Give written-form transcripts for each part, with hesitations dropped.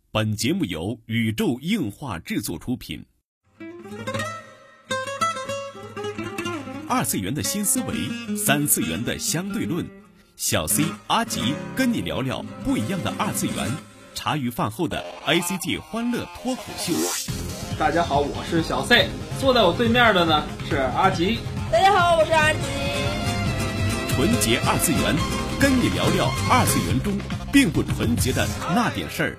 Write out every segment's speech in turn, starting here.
本节目由宇宙硬化制作出品。二次元的新思维，三次元的相对论。小 C 阿吉跟你聊聊不一样的二次元。茶余饭后的 ACG 欢乐脱口秀。 大家好，我是小 C， 坐在我对面的呢是阿吉。 大家好，我是阿吉。 纯洁二次元，跟你聊聊二次元中并不纯洁的那点事儿。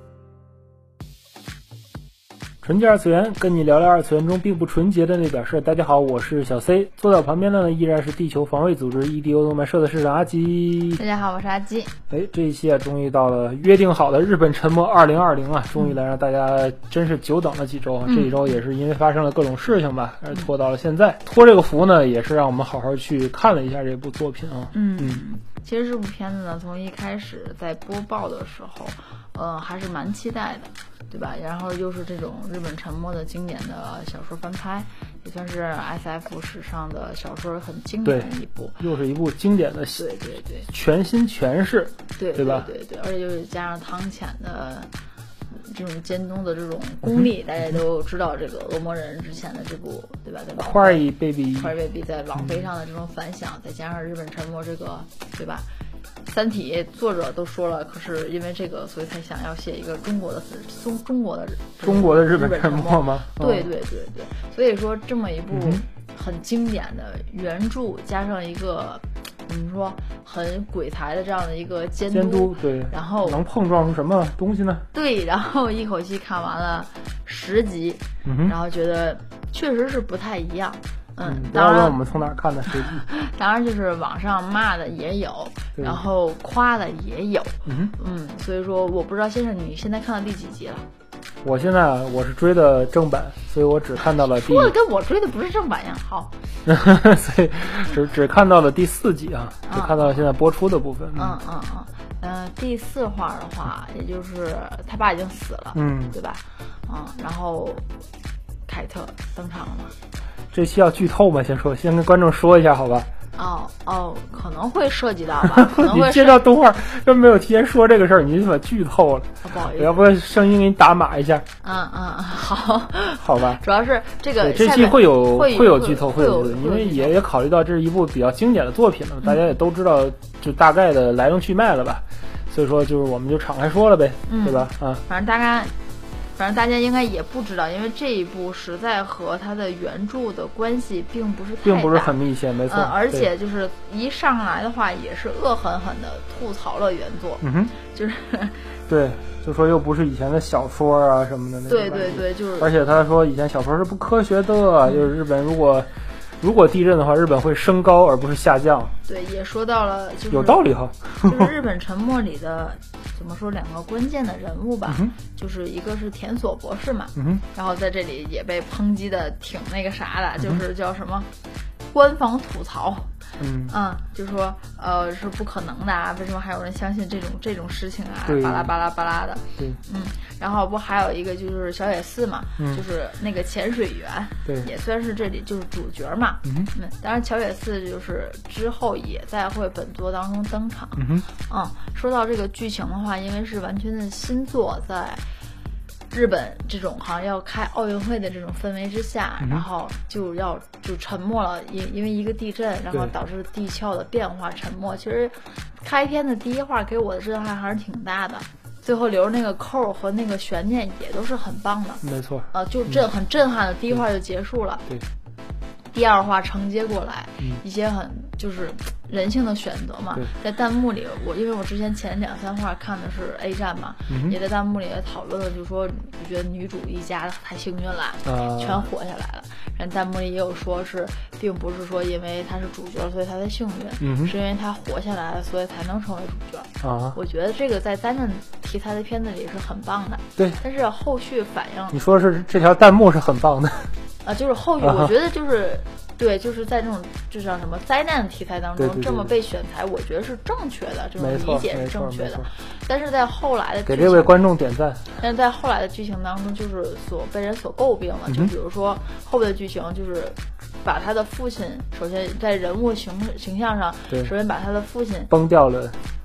纯洁二次元，跟你聊聊二次元中并不纯洁的那点事儿。大家好，我是小 C， 坐在我旁边的呢依然是地球防卫组织 EDO 动漫社的社长阿吉。 大家好，我是阿吉。 这一期终于到了约定好的日本沉没2020啊，终于来让大家真是久等了几周啊。这一周也是因为发生了各种事情吧，而拖到了现在。拖这个福呢，也是让我们好好去看了一下这部作品啊。 其实这部片子呢，从一开始在播报的时候，还是蛮期待的，对吧？然后又是这种日本沉没的经典的小说翻拍，也算是 SF 史上的小说很经典的一部， 又是一部经典的， 对， 全新诠释， 对吧？ 对，而且又加上汤浅的这种监督的这种功力，大家都知道这个恶魔人之前的这部，对吧 ？Quarry Baby 在网飞上的这种反响，再加上日本沉没这个，对吧？三体作者都说了，可是因为这个，所以才想要写一个中国的日本沉没吗？ 对，所以说这么一部很经典的原著，加上一个说很鬼才的这样的一个监督， 对， 然后能碰撞出什么东西呢？ 对，然后一口气看完了10集，然后觉得确实是不太一样。 不要问我们从哪儿看的实际。 当然就是网上骂的也有，然后夸的也有。所以说我不知道先生你现在看到第几集了？ 我现在我是追的正版，所以我只看到了说的跟我追的不是正版一样。好， 所以只看到了第4集啊，只看到了现在播出的部分。 第4话的话，也就是他爸已经死了，对吧？然后凯特登场了吗？ 这期要剧透吗？先跟观众说一下好吧。 可能会涉及到吧，可能会你介绍动画都没有提前说这个事儿，你怎么剧透了？ 不好意思， 要不声音给你打码一下。 好吧。 主要是这个这期会有剧透，因为也也考虑到这是一部比较经典的作品了，大家也都知道就大概的来龙去脉了吧，所以说就是我们就敞开说了呗，对吧？ 反正大家应该也不知道，因为这一部实在和它的原著的关系并不是很密切，没错。 而且就是一上来的话，也是恶狠狠的吐槽了原作，就是对，就说又不是以前的小说啊什么的那种。 对，就是。 而且他说以前小说是不科学的，就是日本如果地震的话，日本会升高而不是下降。 对，也说到了，就是有道理哈。 就是日本沉没里的怎么说2个关键的人物吧，就是一个是田所博士嘛，然后在这里也被抨击的挺那个啥的，就是叫什么官方吐槽。就是说是不可能的啊，为什么还有人相信这种事情啊，巴拉巴拉巴拉的。然后不还有一个就是小野寺嘛，就是那个潜水员，也算是这里就是主角嘛。当然小野寺就是之后也在会本作当中登场。说到这个剧情的话，因为是完全的新作，在日本这种好像要开奥运会的这种氛围之下，然后就沉没了，因为一个地震，然后导致地壳的变化沉没。其实开篇的第1话给我的震撼还是挺大的，最后留着那个扣和那个悬念也都是很棒的， 没错。 就很震撼的第1话就结束了。 对。 第2话承接过来一些很就是人性的选择嘛，在弹幕里因为我之前前2-3话看的是 A 站嘛，也在弹幕里也讨论了，就说我觉得女主一家太幸运了，全活下来了。然后弹幕里也有说是并不是说因为她是主角所以她才幸运，是因为她活下来了所以才能成为主角。我觉得这个在单人题材的片子里是很棒的。对，但是后续反应， 你说是这条弹幕是很棒的。 就是后续我觉得就是对，就是在这种就像什么灾难题材当中这么被选材，我觉得是正确的，这种理解是正确的。但是在后来的给这位观众点赞。 但是在后来的剧情当中，就是被人所诟病了。就比如说后边的剧情，就是把他的父亲，首先在人物形象上，首先把他的父亲崩掉了。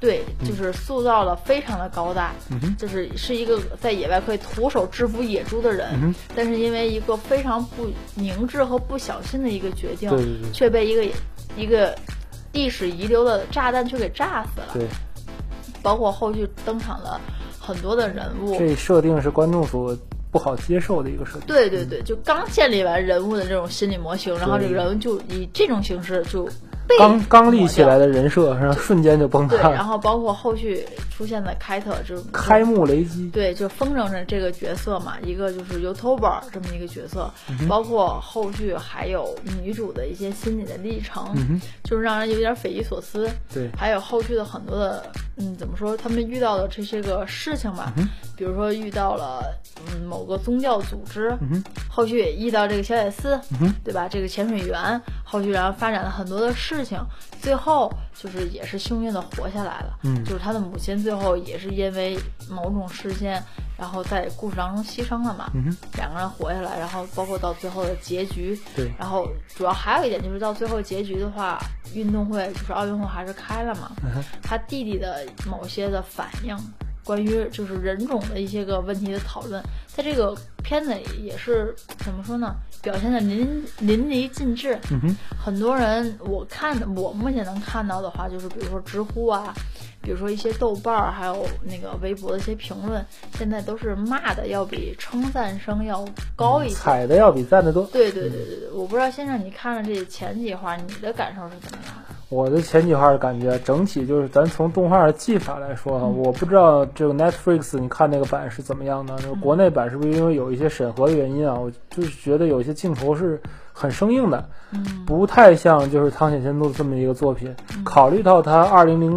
对，就是塑造了非常的高大，就是一个在野外可以徒手制服野猪的人，但是因为一个非常不明智和不小心的一个决定， 对， 却被一个历史遗留的炸弹却给炸死了。 对， 包括后续登场了很多的人物， 这设定是观众所不好接受的一个设定。 对对对，就刚建立完人物的这种心理模型，然后这个人物就以这种形式就刚立起来的人设，然后瞬间就崩塌。 对，然后包括后续出现的凯特，就开幕雷击。对， 就风筝这个角色嘛，一个就是 YouTuber 这么一个角色，包括后续还有女主的一些心理的历程，就是让人有点匪夷所思。 对， 还有后续的很多的，怎么说，他们遇到的这些个事情吧，比如说遇到了某个宗教组织，后续也遇到这个小野寺，对吧？这个潜水员，后续然后发展了很多的事情，最后就是也是幸运的活下来了。就是他的母亲最后也是因为某种事件，然后在故事当中牺牲了嘛。两个人活下来，然后包括到最后的结局。 对。 然后主要还有一点就是到最后结局的话，运动会就是奥运会还是开了嘛。他弟弟的某些的反应。关于就是人种的一些个问题的讨论，在这个片子里也是怎么说呢，表现的淋漓尽致。很多人我目前能看到的话，就是比如说知乎啊，比如说一些豆瓣还有那个微博的一些评论，现在都是骂的要比称赞声要高一些， 踩的要比赞的多。 对，我不知道先生你看了这前几话，你的感受是怎么样的？ 我的前几话的感觉，整体就是咱从动画的技法来说我不知道这个 Netflix 你看那个版是怎么样的，就是国内版是不是因为有一些审核的原因啊？我就是觉得有一些镜头是很生硬的，不太像就是汤显贤度这么一个作品。考虑到他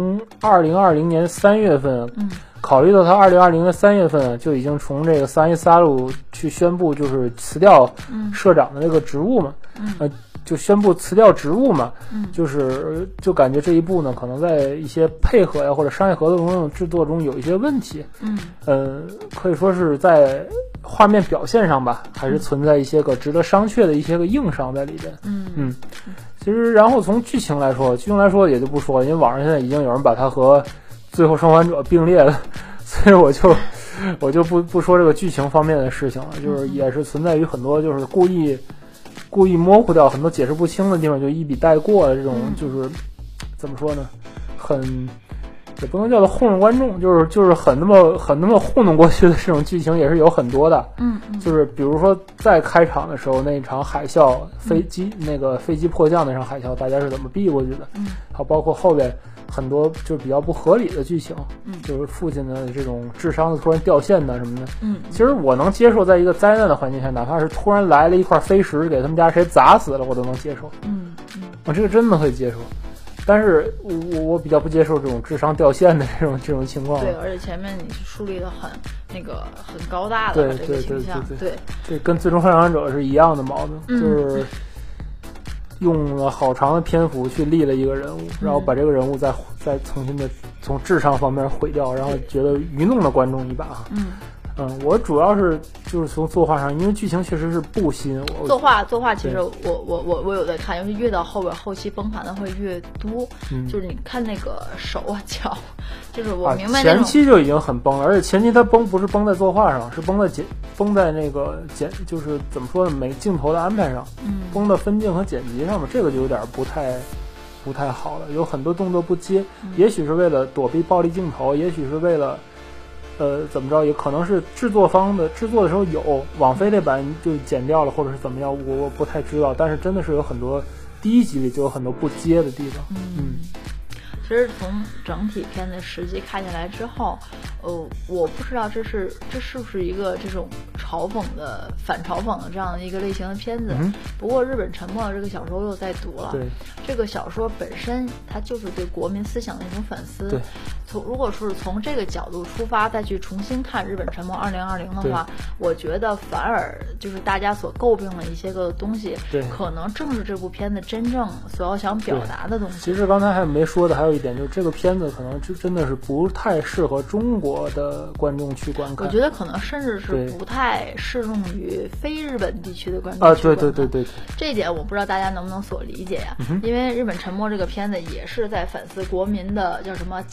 2020年3月份，考虑到他2020年3月份就已经从这个三一萨鲁去宣布就是辞掉社长的这个职务嘛，就宣布辞掉职务嘛，就感觉这一部呢，可能在一些配合呀或者商业合作中制作中有一些问题，可以说是在画面表现上吧，还是存在一些个值得商榷的一些个硬伤在里边。其实然后从剧情来说也就不说了，因为网上现在已经有人把它和最后生还者并列了，所以我就不说这个剧情方面的事情了，就是也是存在于很多就是故意模糊掉很多解释不清的地方，就一笔带过的这种，就是怎么说呢，也不能叫做糊弄观众，就是很那么糊弄过去的这种剧情也是有很多的。就是比如说在开场的时候那一场海啸，飞机迫降那场海啸，大家是怎么避过去的？还有包括后边很多就是比较不合理的剧情，就是父亲的这种智商的突然掉线的什么的。其实我能接受，在一个灾难的环境下，哪怕是突然来了一块飞石给他们家谁砸死了，我都能接受。我这个真的会接受。但是我比较不接受这种智商掉线的这种情况。 对，而且前面你是树立的很高大的这个形象，对， 这跟最终生还者是一样的毛病，就是用了好长的篇幅去立了一个人物，然后把这个人物再重新的从智商方面毁掉，然后觉得愚弄了观众一把。我主要是就是从作画上，因为剧情确实是不新。 作画其实我有在看，尤其越到后期崩盘的会越多。就是你看那个手啊脚，就是我明白那种前期就已经很崩了，而且前期它不是崩在作画上，是崩在那个就是怎么说呢，每个镜头的安排上，崩到分镜和剪辑上面，这个就有点不太好了，有很多动作不接，也许是为了躲避暴力镜头，也许是为了。怎么着，也可能是制作的时候有网飞那版就剪掉了，或者是怎么样，我不太知道。但是真的是有很多第一集里就有很多不接的地方。 其实从整体片的实际看下来之后，我不知道这是不是一个这种反嘲讽的这样的一个类型的片子。不过《日本沉没》这个小说我又在读了， 对， 这个小说本身它就是对国民思想的一种反思。 对， 如果说是从这个角度出发再去重新看《日本沉没2020》的话，我觉得反而就是大家所诟病的一些个东西，可能正是这部片子真正所要想表达的东西。 其实刚才还没说的还有一点，就是这个片子可能就真的是不太适合中国的观众去观看。 我觉得可能甚至是不太适用于非日本地区的观众去观看。 对， 这一点我不知道大家能不能所理解呀？因为《日本沉没》这个片子也是在反思国民的叫什么集体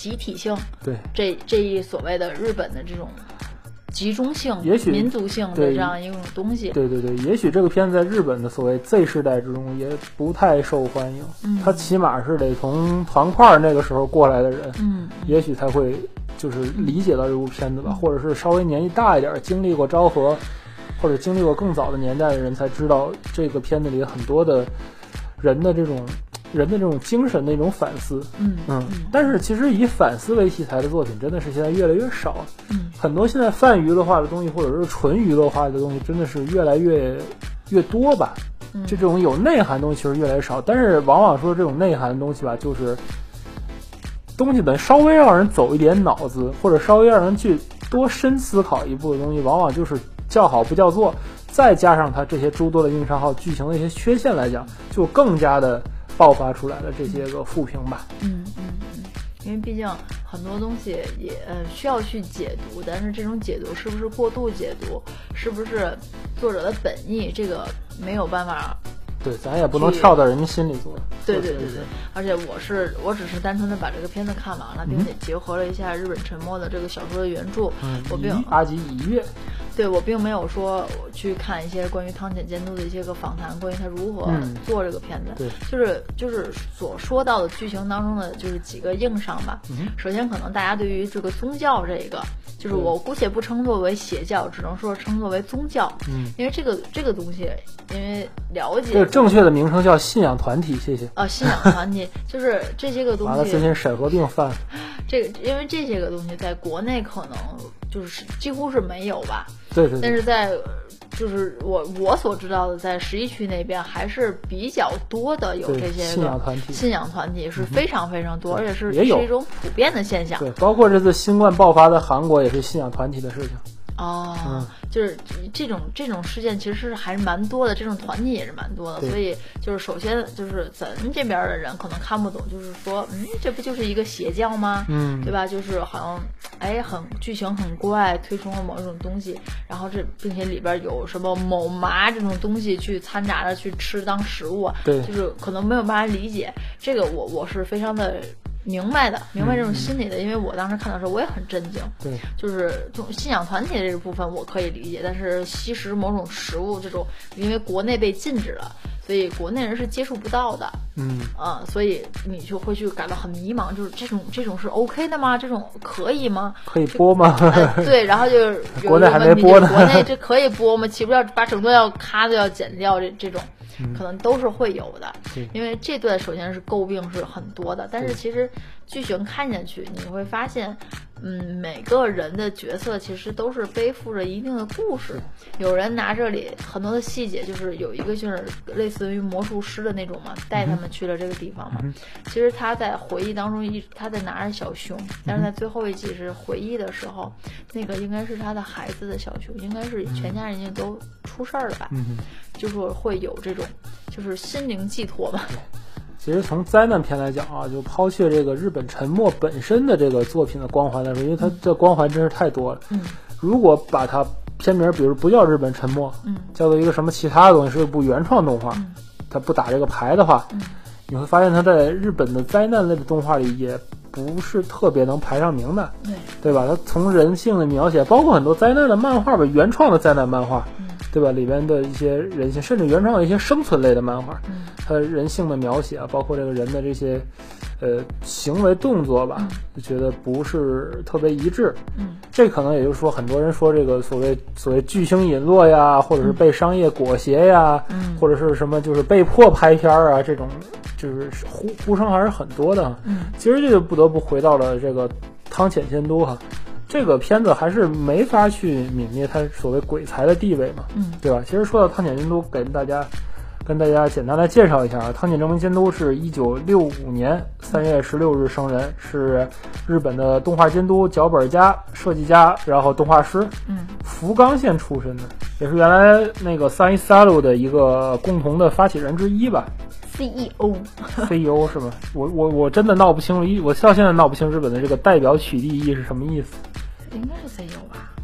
性， 对这一所谓的日本的这种集中性、 也许民族性的这样一种东西。 对，也许这个片子在日本的所谓 Z 世代之中也不太受欢迎，他起码是得从团块那个时候过来的人，也许才会就是理解到这部片子吧，或者是稍微年纪大一点，经历过昭和或者经历过更早的年代的人才知道这个片子里很多的人的这种精神的一种反思。但是其实以反思为题材的作品真的是现在越来越少，很多现在泛娱乐化的东西或者是纯娱乐化的东西真的是越来越多吧，这种有内涵的东西其实越来越少，但是往往说这种内涵的东西吧，就是东西得稍微让人走一点脑子，或者稍微让人去多深思考一步的东西，往往就是叫好不叫座，再加上它这些诸多的硬伤号剧情的一些缺陷来讲，就更加的爆发出来了这些个负评吧。 因为毕竟很多东西也需要去解读，但是这种解读是不是过度解读，是不是作者的本意，这个没有办法。 对，咱也不能跳到人家心里做。 对，而且我只是单纯的把这个片子看完了，并且结合了一下日本沉没的这个小说的原著， 阿吉以阅。 对，我并没有说我去看一些关于汤浅监督的一些个访谈，关于他如何做这个片子。 对， 就是所说到的剧情当中的就是几个硬伤吧。首先，可能大家对于这个宗教这个，就是我姑且不称作为邪教，只能说称作为宗教。因为这个东西，因为了解。 这个正确的名称叫信仰团体，谢谢。 信仰团体就是这些个东西。 完了，最近审核病犯。 因为这些个东西在国内可能就是几乎是没有吧。 对。 但是在就是我所知道的，在11区那边还是比较多的，有这些信仰团体是非常非常多，而且是一种普遍的现象。 对，包括这次新冠爆发的韩国也是信仰团体的事情。 就是这种事件其实是还是蛮多的，这种团体也是蛮多的，所以就是首先就是咱们这边的人可能看不懂，就是说这不就是一个邪教吗？对吧？就是好像很剧情很怪，推崇了某一种东西，然后并且里边有什么某麻这种东西去掺杂着去吃当食物， 对， 就是可能没有办法理解这个，我是非常的明白这种心理的，因为我当时看到的时候我也很震惊。 对， 就是信仰团体的这个部分我可以理解，但是吸食某种食物这种，因为国内被禁止了，所以国内人是接触不到的。所以你就会去感到很迷茫，就是这种是 OK 的吗？这种可以吗？ 可以播吗？ 对，然后就是国内还没播呢， 国内这可以播吗？岂不要把整段要咔的要剪掉？这种可能都是会有的，因为这段首先是诟病是很多的，但是其实剧情看下去你会发现每个人的角色其实都是背负着一定的故事，有人拿这里很多的细节，就是有一个就是类似于魔术师的那种嘛，带他们去了这个地方嘛，其实他在回忆当中他在拿着小熊，但是在最后一集是回忆的时候，那个应该是他的孩子的小熊，应该是全家人已经都出事儿了吧，就是会有这种就是心灵寄托吧。 其实从灾难片来讲啊，就抛却这个日本沉没本身的这个作品的光环来说，因为它这光环真是太多了。如果把它片名比如不叫日本沉没，叫做一个什么其他的东西，是一部原创动画，它不打这个牌的话，你会发现它在日本的灾难类的动画里也不是特别能排上名的，对吧？它从人性的描写，包括很多灾难的漫画吧，原创的灾难漫画，对吧？里边的一些人性，甚至原创的一些生存类的漫画，它人性的描写啊，包括这个人的这些行为动作吧，就觉得不是特别一致。这可能也就是说，很多人说这个所谓巨星陨落呀，或者是被商业裹挟呀，或者是什么就是被迫拍片啊，这种就是呼声还是很多的。其实这就不得不回到了这个汤浅监督哈。这个片子还是没法去泯灭他所谓鬼才的地位嘛，对吧？其实说到汤浅监督，跟大家简单来介绍一下啊。汤浅监督是1965年3月16日生人，是日本的动画监督、脚本家、设计家，然后动画师，福冈县出身的，也是原来那个三一三路的一个共同的发起人之一吧。CEO 是吧？我真的闹不清楚，我到现在闹不清日本的这个代表取缔意是什么意思。 应该是 CEO 吧？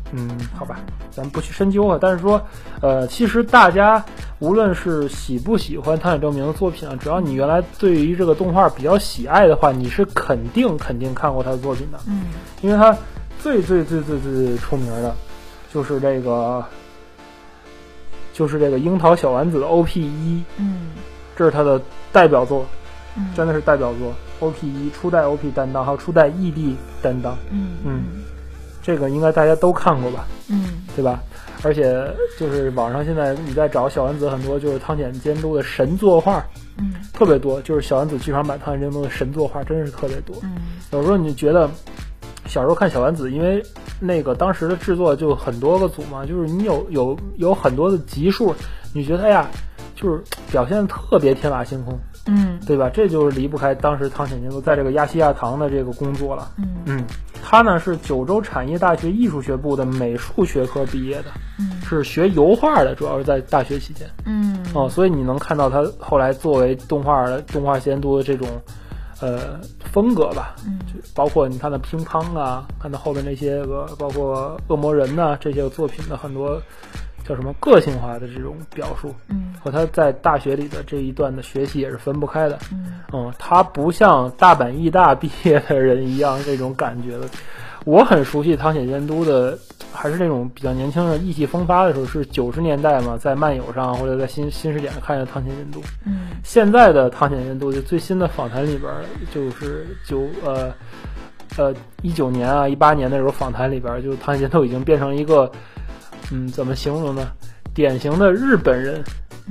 好吧，咱不去深究啊。但是说，其实大家无论是喜不喜欢汤浅政明的作品啊，只要你原来对于这个动画比较喜爱的话，你是肯定看过他的作品的。因为他最出名的就是这个樱桃小丸子的 OP1，这是他的代表作，真的是代表作。OP1 初代 OP 担当，还有初代 ED 担当，这个应该大家都看过吧，对吧？而且就是网上现在你在找小丸子，很多就是汤浅监督的神作画，特别多，就是小丸子剧场版汤浅监督的神作画真是特别多。有时候你觉得小时候看小丸子，因为那个当时的制作就很多个组嘛，就是你有很多的集数，你觉得哎呀，就是表现特别天马行空，对吧？这就是离不开当时汤浅监督在这个亚细亚堂的这个工作了。他呢是九州产业大学艺术学部的美术学科毕业的，是学油画的，主要是在大学期间。所以你能看到他后来作为动画监督的这种风格吧，就包括你看到乒乓啊，看到后面那些个包括恶魔人呐，这些作品的很多叫什么个性化的这种表述，和他在大学里的这一段的学习也是分不开的。他不像大阪艺大毕业的人一样这种感觉的。我很熟悉汤浅监督的，还是那种比较年轻的意气风发的时候，是90年代嘛，在漫友上或者在新视点上看见汤浅监督。现在的汤浅监督的最新的访谈里边，就是19年啊18年的时候访谈里边，就汤浅监督已经变成一个怎么形容呢？典型的日本人。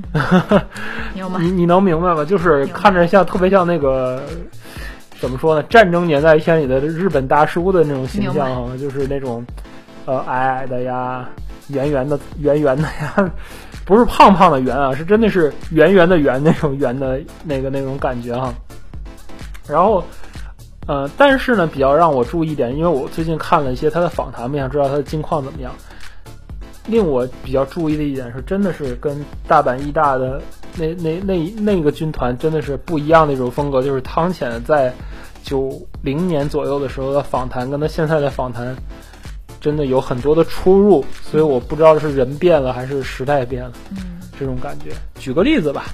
你能明白吗？就是看着特别像那个怎么说呢？战争年代片里的日本大叔的那种形象啊，就是那种矮矮的呀，圆圆的呀，不是胖胖的圆啊，是真的是圆圆的圆那种圆的那种感觉哈。然后但是呢，比较让我注意一点，因为我最近看了一些他的访谈，想知道他的近况怎么样。令我比较注意的一点是，真的是跟大阪艺大的那个军团真的是不一样的一种风格。就是汤浅在90年左右的时候的访谈，跟他现在的访谈真的有很多的出入，所以我不知道是人变了还是时代变了，这种感觉。举个例子吧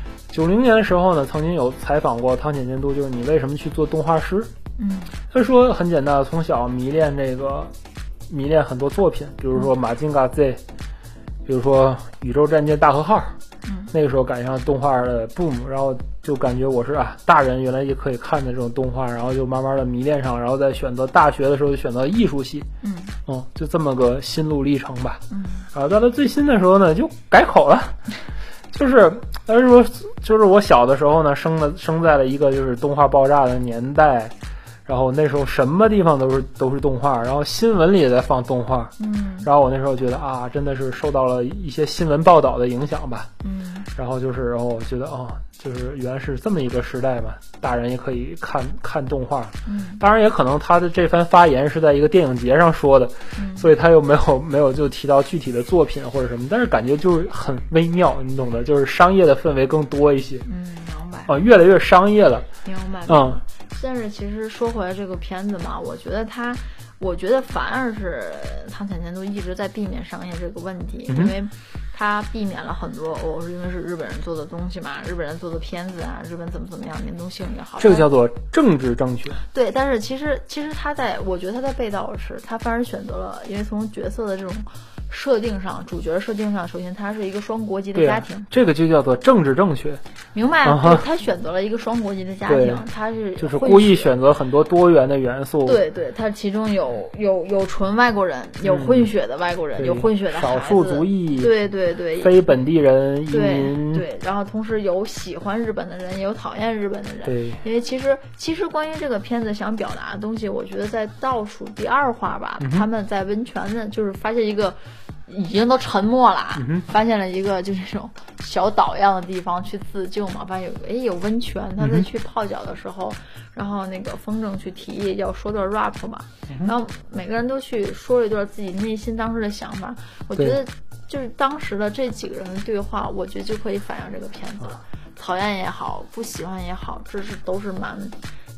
，90年的时候呢，曾经有采访过汤浅监督，就是你为什么去做动画师？他说很简单，从小迷恋很多作品，比如说马金嘎 Z， 比如说宇宙战舰大和号，那个时候赶上动画的 boom， 然后就感觉我是大人原来也可以看的这种动画，然后就慢慢的迷恋上，然后在选择大学的时候就选择艺术系，就这么个心路历程吧。然后到了最新的时候呢，就改口了，就是我小的时候呢，生在了一个就是动画爆炸的年代。然后那时候什么地方都是动画，然后新闻里也在放动画，然后我那时候觉得真的是受到了一些新闻报道的影响吧，然后我觉得就是原来是这么一个时代嘛，大人也可以看动画，当然也可能他的这番发言是在一个电影节上说的，所以他又没有就提到具体的作品或者什么，但是感觉就是很微妙，你懂的，就是商业的氛围更多一些， 明白越来越商业了， 明白，但是其实说回来这个片子嘛，我觉得反而是汤浅监督一直在避免商业这个问题，因为他避免了很多是因为是日本人做的东西嘛，日本人做的片子啊，日本怎么样，联动性也好， 这个叫做政治正确。 对，但是其实我觉得他在背道而驰，他反而选择了，因为从角色的这种设定上，主角设定上，首先他是一个双国籍的家庭， 这个就叫做政治正确。 明白，他选择了一个双国籍的家庭，他是就是故意选择很多多元的元素。 对，他其中有纯外国人，有混血的外国人，有混血的孩子， 少数族裔， 对， 非本地人，移民， 对，然后同时有喜欢日本的人，也有讨厌日本的人。 对， 因为其实关于这个片子想表达的东西，我觉得在倒数第2话吧，他们在温泉呢，就是发现一个。已经都沉没了，发现了一个就是这种小岛一样的地方去自救嘛，发现有温泉，他在去泡脚的时候，然后那个风筝去提议要说段 rap 嘛，然后每个人都去说了一段自己内心当时的想法，我觉得就是当时的这几个人的对话，我觉得就可以反映这个片子了，讨厌也好，不喜欢也好，这都是蛮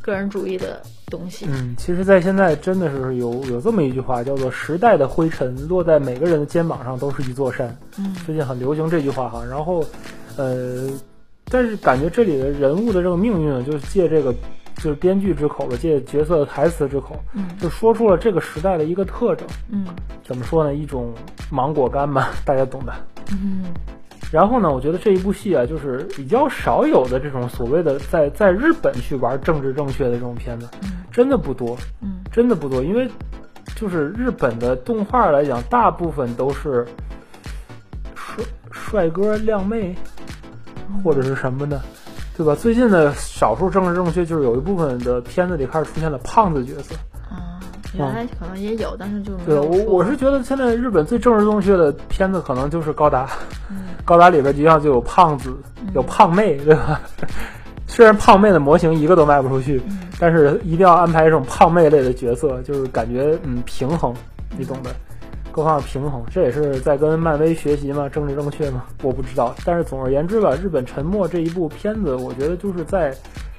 个人主义的东西。 其实在现在真的是有这么一句话叫做时代的灰尘落在每个人的肩膀上都是一座山。最近很流行这句话哈。然后但是感觉这里的人物的这个命运就是借这个就是编剧之口吧，借角色的台词之口，就说出了这个时代的一个特征。怎么说呢？一种芒果干吧，大家懂的。然后呢，我觉得这一部戏啊，就是比较少有的这种所谓的在日本去玩政治正确的这种片子，真的不多，真的不多。因为就是日本的动画来讲，大部分都是帅哥靓妹，或者是什么的，对吧？最近的少数政治正确就是有一部分的片子里开始出现了胖子角色。 原来可能也有，但是就对我是觉得现在日本最政治正确的片子可能就是高达。高达里边就像就有胖子，有胖妹，对吧？虽然胖妹的模型一个都卖不出去，但是一定要安排这种胖妹类的角色，就是感觉平衡，你懂的，各方面平衡。这也是在跟漫威学习嘛，政治正确嘛，我不知道。但是总而言之吧，日本沉没这一部片子，我觉得就是在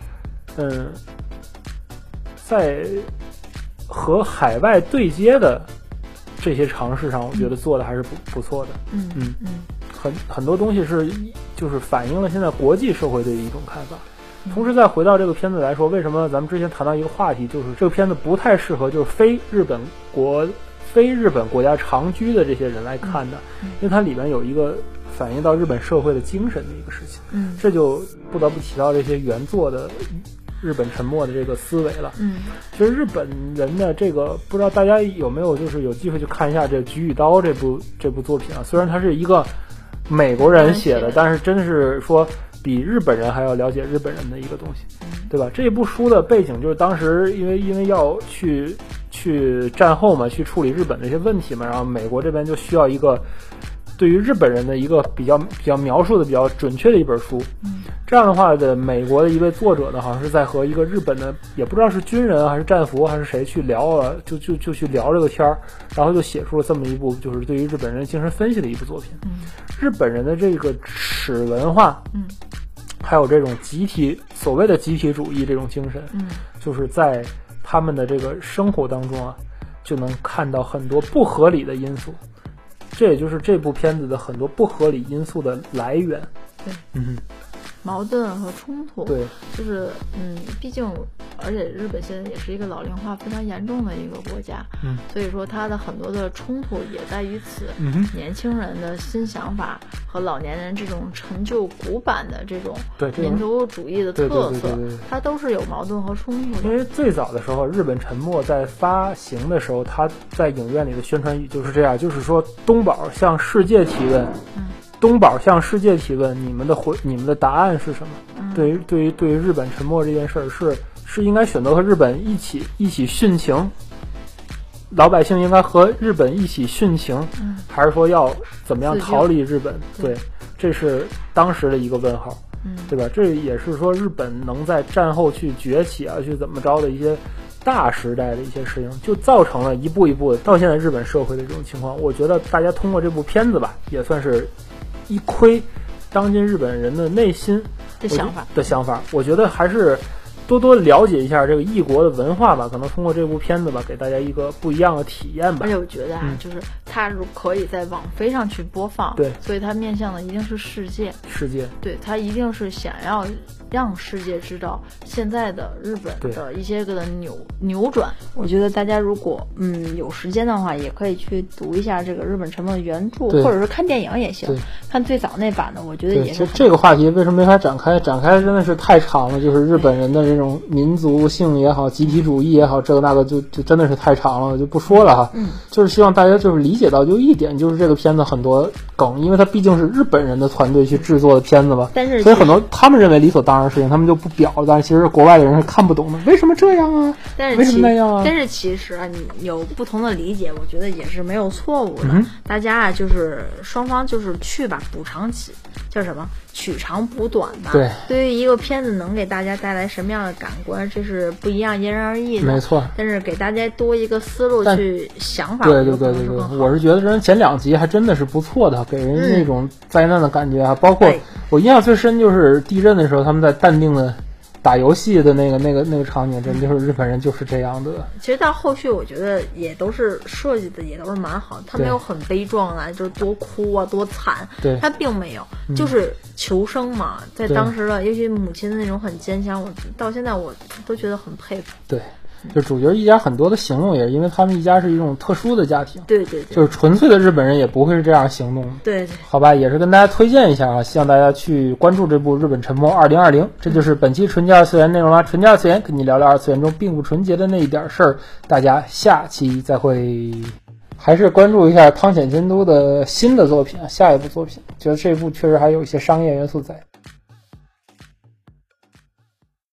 和海外对接的这些尝试上，我觉得做的还是不错的。很多东西就是反映了现在国际社会对于一种看法。同时再回到这个片子来说，为什么咱们之前谈到一个话题，就是这个片子不太适合就是非日本国家长居的这些人来看的，因为它里面有一个反映到日本社会的精神的一个事情。这就不得不提到这些原作的日本沉没的这个思维了。其实日本人的这个，不知道大家有没有就是有机会去看一下这《菊与刀》这部作品啊。虽然它是一个美国人写的，但是真是说比日本人还要了解日本人的一个东西，对吧？这部书的背景就是当时因为要去战后嘛，去处理日本的一些问题嘛，然后美国这边就需要一个对于日本人的一个比较描述的比较准确的一本书。这样的话的美国的一位作者呢，好像是在和一个日本的也不知道是军人还是战俘还是谁去聊了，就去聊这个天儿，然后就写出了这么一部就是对于日本人精神分析的一部作品。日本人的这个史文化，还有这种所谓的集体主义这种精神，就是在他们的这个生活当中啊，就能看到很多不合理的因素。这也就是这部片子的很多不合理因素的来源。 对，矛盾和冲突。对，就是毕竟而且日本现在也是一个老龄化非常严重的一个国家，所以说它的很多的冲突也在于此。年轻人的新想法和老年人这种陈旧古板的这种民族主义的特色，它都是有矛盾和冲突的。 因为最早的时候，日本沉没在发行的时候，它在影院里的宣传语就是这样，就是说东宝向世界提问。东宝向世界提问，你们的答案是什么？对于日本沉没这件事儿，是应该选择和日本一起殉情，老百姓应该和日本一起殉情，还是说要怎么样逃离日本？对，这是当时的一个问号，对吧？这也是说日本能在战后去崛起啊，去怎么着的一些大时代的一些事情，就造成了一步一步到现在日本社会的这种情况。我觉得大家通过这部片子吧，也算是一窥当今日本人的内心的想法，我觉得还是多了解一下这个异国的文化吧，可能通过这部片子吧，给大家一个不一样的体验吧。 而且我觉得就是它可以在网飞上去播放， 对， 所以它面向的一定是世界，对，它一定是想要让世界知道现在的日本的一些个的扭转。我觉得大家如果有时间的话，也可以去读一下这个日本沉没的原著，或者是看电影也行，看最早那版的，我觉得也是。 其实这个话题为什么没法展开真的是太长了，就是日本人的这种民族性也好，集体主义也好，这个那个就真的是太长了，就不说了哈。就是希望大家就是理解到就一点，就是这个片子很多梗，因为它毕竟是日本人的团队去制作的片子嘛，所以很多他们认为理所当然的事情他们就不表了，但是其实国外的人是看不懂的，为什么这样啊，为什么那样啊。 但是其实啊，你有不同的理解，我觉得也是没有错误的。大家啊，就是双方就是去吧，补偿起叫什么取长补短吧。对于一个片子能给大家带来什么样的感官，这是不一样，因人而异的。 没错。 但是给大家多一个思路去想法。 对，我是觉得人前2集还真的是不错的，给人那种灾难的感觉啊。包括我印象最深就是地震的时候，他们在淡定的打游戏的那个场景，真的就是日本人就是这样的。 其实到后续我觉得也都是设计的也都是蛮好，他没有很悲壮啊，就是多哭啊多惨， 对， 他并没有，就是求生嘛，在当时的尤其母亲的那种很坚强，我到现在我都觉得很佩服。 对。就主角一家很多的行动也是因为他们一家是一种特殊的家庭， 对对对， 就是纯粹的日本人也不会是这样行动的， 对对， 好吧，也是跟大家推荐一下啊，希望大家去关注这部《日本沉没2020》。这就是本期纯洁二次元内容啦，纯洁二次元跟你聊聊二次元中并不纯洁的那一点事儿，大家下期再会。还是关注一下汤浅监督的新的作品啊，下一部作品，觉得这部确实还有一些商业元素在。